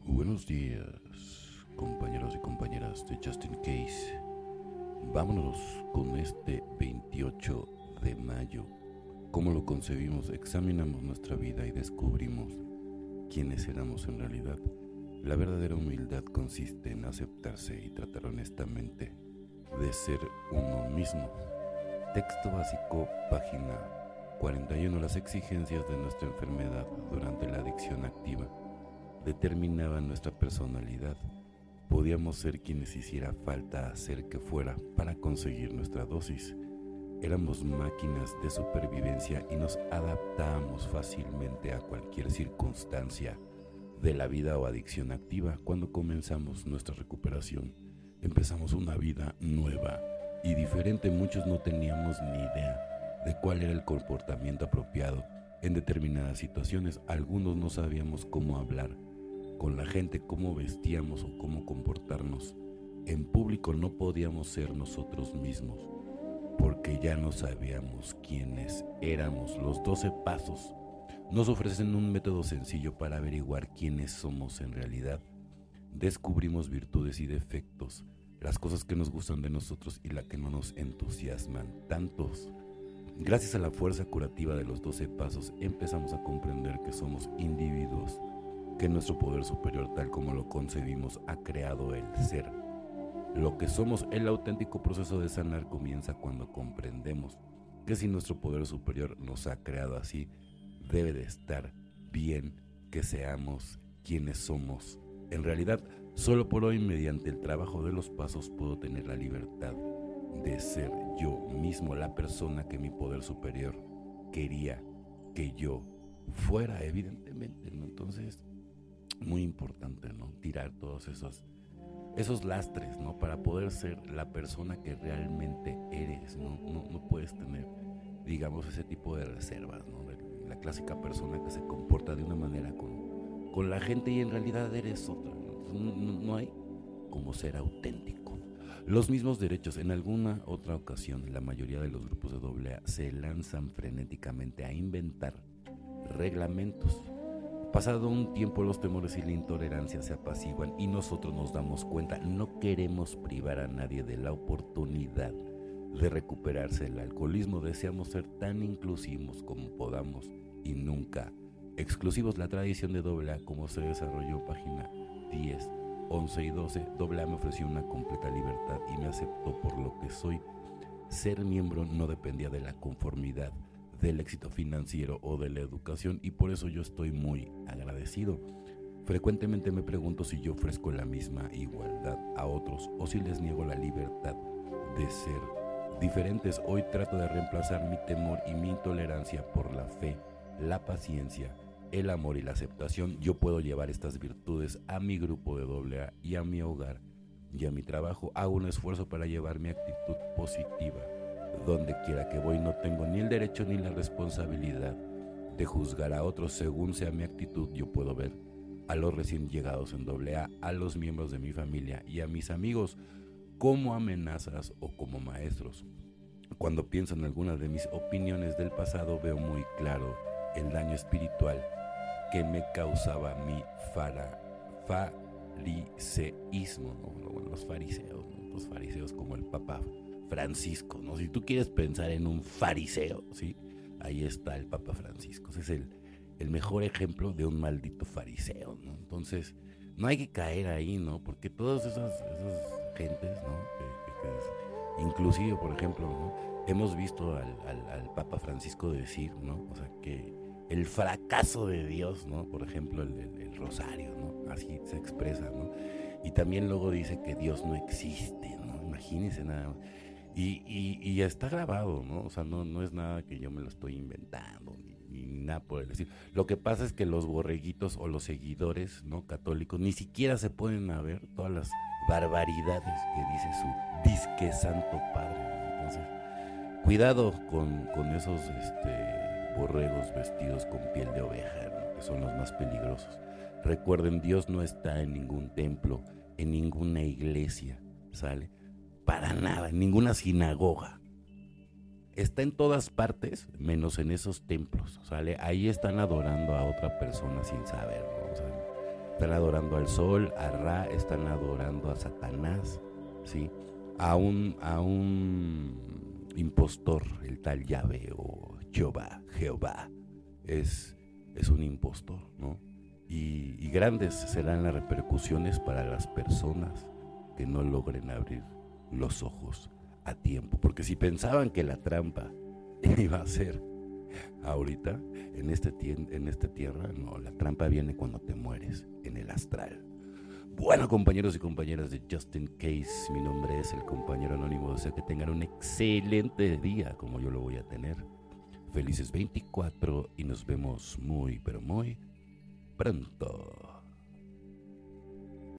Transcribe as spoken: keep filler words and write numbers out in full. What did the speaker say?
Buenos días, compañeros y compañeras de Justin Case. Vámonos con este veintiocho de mayo. ¿Cómo lo concebimos? Examinamos nuestra vida y descubrimos quiénes éramos en realidad. La verdadera humildad consiste en aceptarse y tratar honestamente de ser uno mismo. Texto básico, página cuarenta y uno. Las exigencias de nuestra enfermedad durante la adicción activa determinaban nuestra personalidad. Podíamos ser quienes hiciera falta hacer que fuera para conseguir nuestra dosis. Éramos máquinas de supervivencia y nos adaptábamos fácilmente a cualquier circunstancia de la vida o adicción activa. Cuando comenzamos nuestra recuperación, empezamos una vida nueva y diferente. Muchos no teníamos ni idea de cuál era el comportamiento apropiado en determinadas situaciones. Algunos no sabíamos cómo hablar con la gente, cómo vestíamos o cómo comportarnos. En público no podíamos ser nosotros mismos porque ya no sabíamos quiénes éramos. Los doce pasos nos ofrecen un método sencillo para averiguar quiénes somos en realidad. Descubrimos virtudes y defectos, las cosas que nos gustan de nosotros y las que no nos entusiasman tantos. Gracias a la fuerza curativa de los doce pasos, empezamos a comprender que somos individuos, que nuestro poder superior, tal como lo concebimos, ha creado el ser. Lo que somos. El auténtico proceso de sanar comienza cuando comprendemos que si nuestro poder superior nos ha creado así, debe de estar bien que seamos quienes somos. En realidad, solo por hoy, mediante el trabajo de los pasos, puedo tener la libertad de ser yo mismo, la persona que mi poder superior quería que yo fuera, evidentemente, ¿no? Entonces, muy importante, ¿no? Tirar todos esos, esos lastres, ¿no? Para poder ser la persona que realmente eres, ¿no? No, no puedes tener, digamos, ese tipo de reservas, ¿no? La clásica persona que se comporta de una manera con, con la gente y en realidad eres otra, ¿no? No, no, no hay como ser auténtico. Los mismos derechos. En alguna otra ocasión, la mayoría de los grupos de doble A se lanzan frenéticamente a inventar reglamentos. Pasado un tiempo, los temores y la intolerancia se apaciguan y nosotros nos damos cuenta. No queremos privar a nadie de la oportunidad de recuperarse del alcoholismo. Deseamos ser tan inclusivos como podamos y nunca exclusivos. La tradición de doble A, como se desarrolló, página diez, once y doce. doble A me ofreció una completa libertad y me aceptó por lo que soy. Ser miembro no dependía de la conformidad, del éxito financiero o de la educación, y por eso yo estoy muy agradecido. Frecuentemente me pregunto si yo ofrezco la misma igualdad a otros o si les niego la libertad de ser diferentes. Hoy trato de reemplazar mi temor y mi intolerancia por la fe, la paciencia, el amor y la aceptación. Yo puedo llevar estas virtudes a mi grupo de doble A y a mi hogar y a mi trabajo. Hago un esfuerzo para llevar mi actitud positiva donde quiera que voy. No tengo ni el derecho ni la responsabilidad de juzgar a otros según sea mi actitud. Yo puedo ver a los recién llegados en doble A, a los miembros de mi familia y a mis amigos como amenazas o como maestros. Cuando pienso en algunas de mis opiniones del pasado, veo muy claro el daño espiritual que me causaba mi fara, fariseísmo, ¿no? Bueno, los fariseos, ¿no? Los fariseos como el Papa Francisco, ¿no? Si tú quieres pensar en un fariseo, ¿sí? Ahí está el Papa Francisco. Ese es el, el mejor ejemplo de un maldito fariseo, ¿no? Entonces, no hay que caer ahí, ¿no? Porque todas esas, esas gentes, ¿no? Que, que, que es, inclusive, por ejemplo, ¿no? Hemos visto al, al, al Papa Francisco decir, ¿no? O sea, que el fracaso de Dios, ¿no? Por ejemplo, el, el, el rosario, ¿no? Así se expresa, ¿no? Y también luego dice que Dios no existe, ¿no? Imagínense nada más. Y, y, y está grabado, ¿no? O sea, no, no es nada que yo me lo estoy inventando, ni, ni nada por el decir. Lo que pasa es que los borreguitos o los seguidores, ¿no? Católicos ni siquiera se pueden a ver todas las barbaridades que dice su disque santo padre, ¿no? Entonces, cuidado con, con esos este, borregos vestidos con piel de oveja, ¿no? Que son los más peligrosos. Recuerden, Dios no está en ningún templo, en ninguna iglesia, ¿sale? Para nada, en ninguna sinagoga. Está en todas partes, menos en esos templos, ¿sale? Ahí están adorando a otra persona sin saber, ¿no? O sea, están adorando al sol, a Ra, están adorando a Satanás, ¿sí? A un, a un impostor, el tal Yahvé o Jehová, Jehová, es, es un impostor, ¿no? Y, y grandes serán las repercusiones para las personas que no logren abrir los ojos a tiempo, porque si pensaban que la trampa iba a ser ahorita, en este, tien- en esta tierra, no, la trampa viene cuando te mueres, en el astral. Bueno, compañeros y compañeras de Just In Case, mi nombre es el compañero anónimo, deseo que tengan un excelente día como yo lo voy a tener. Felices veinticuatro y nos vemos muy, pero muy pronto.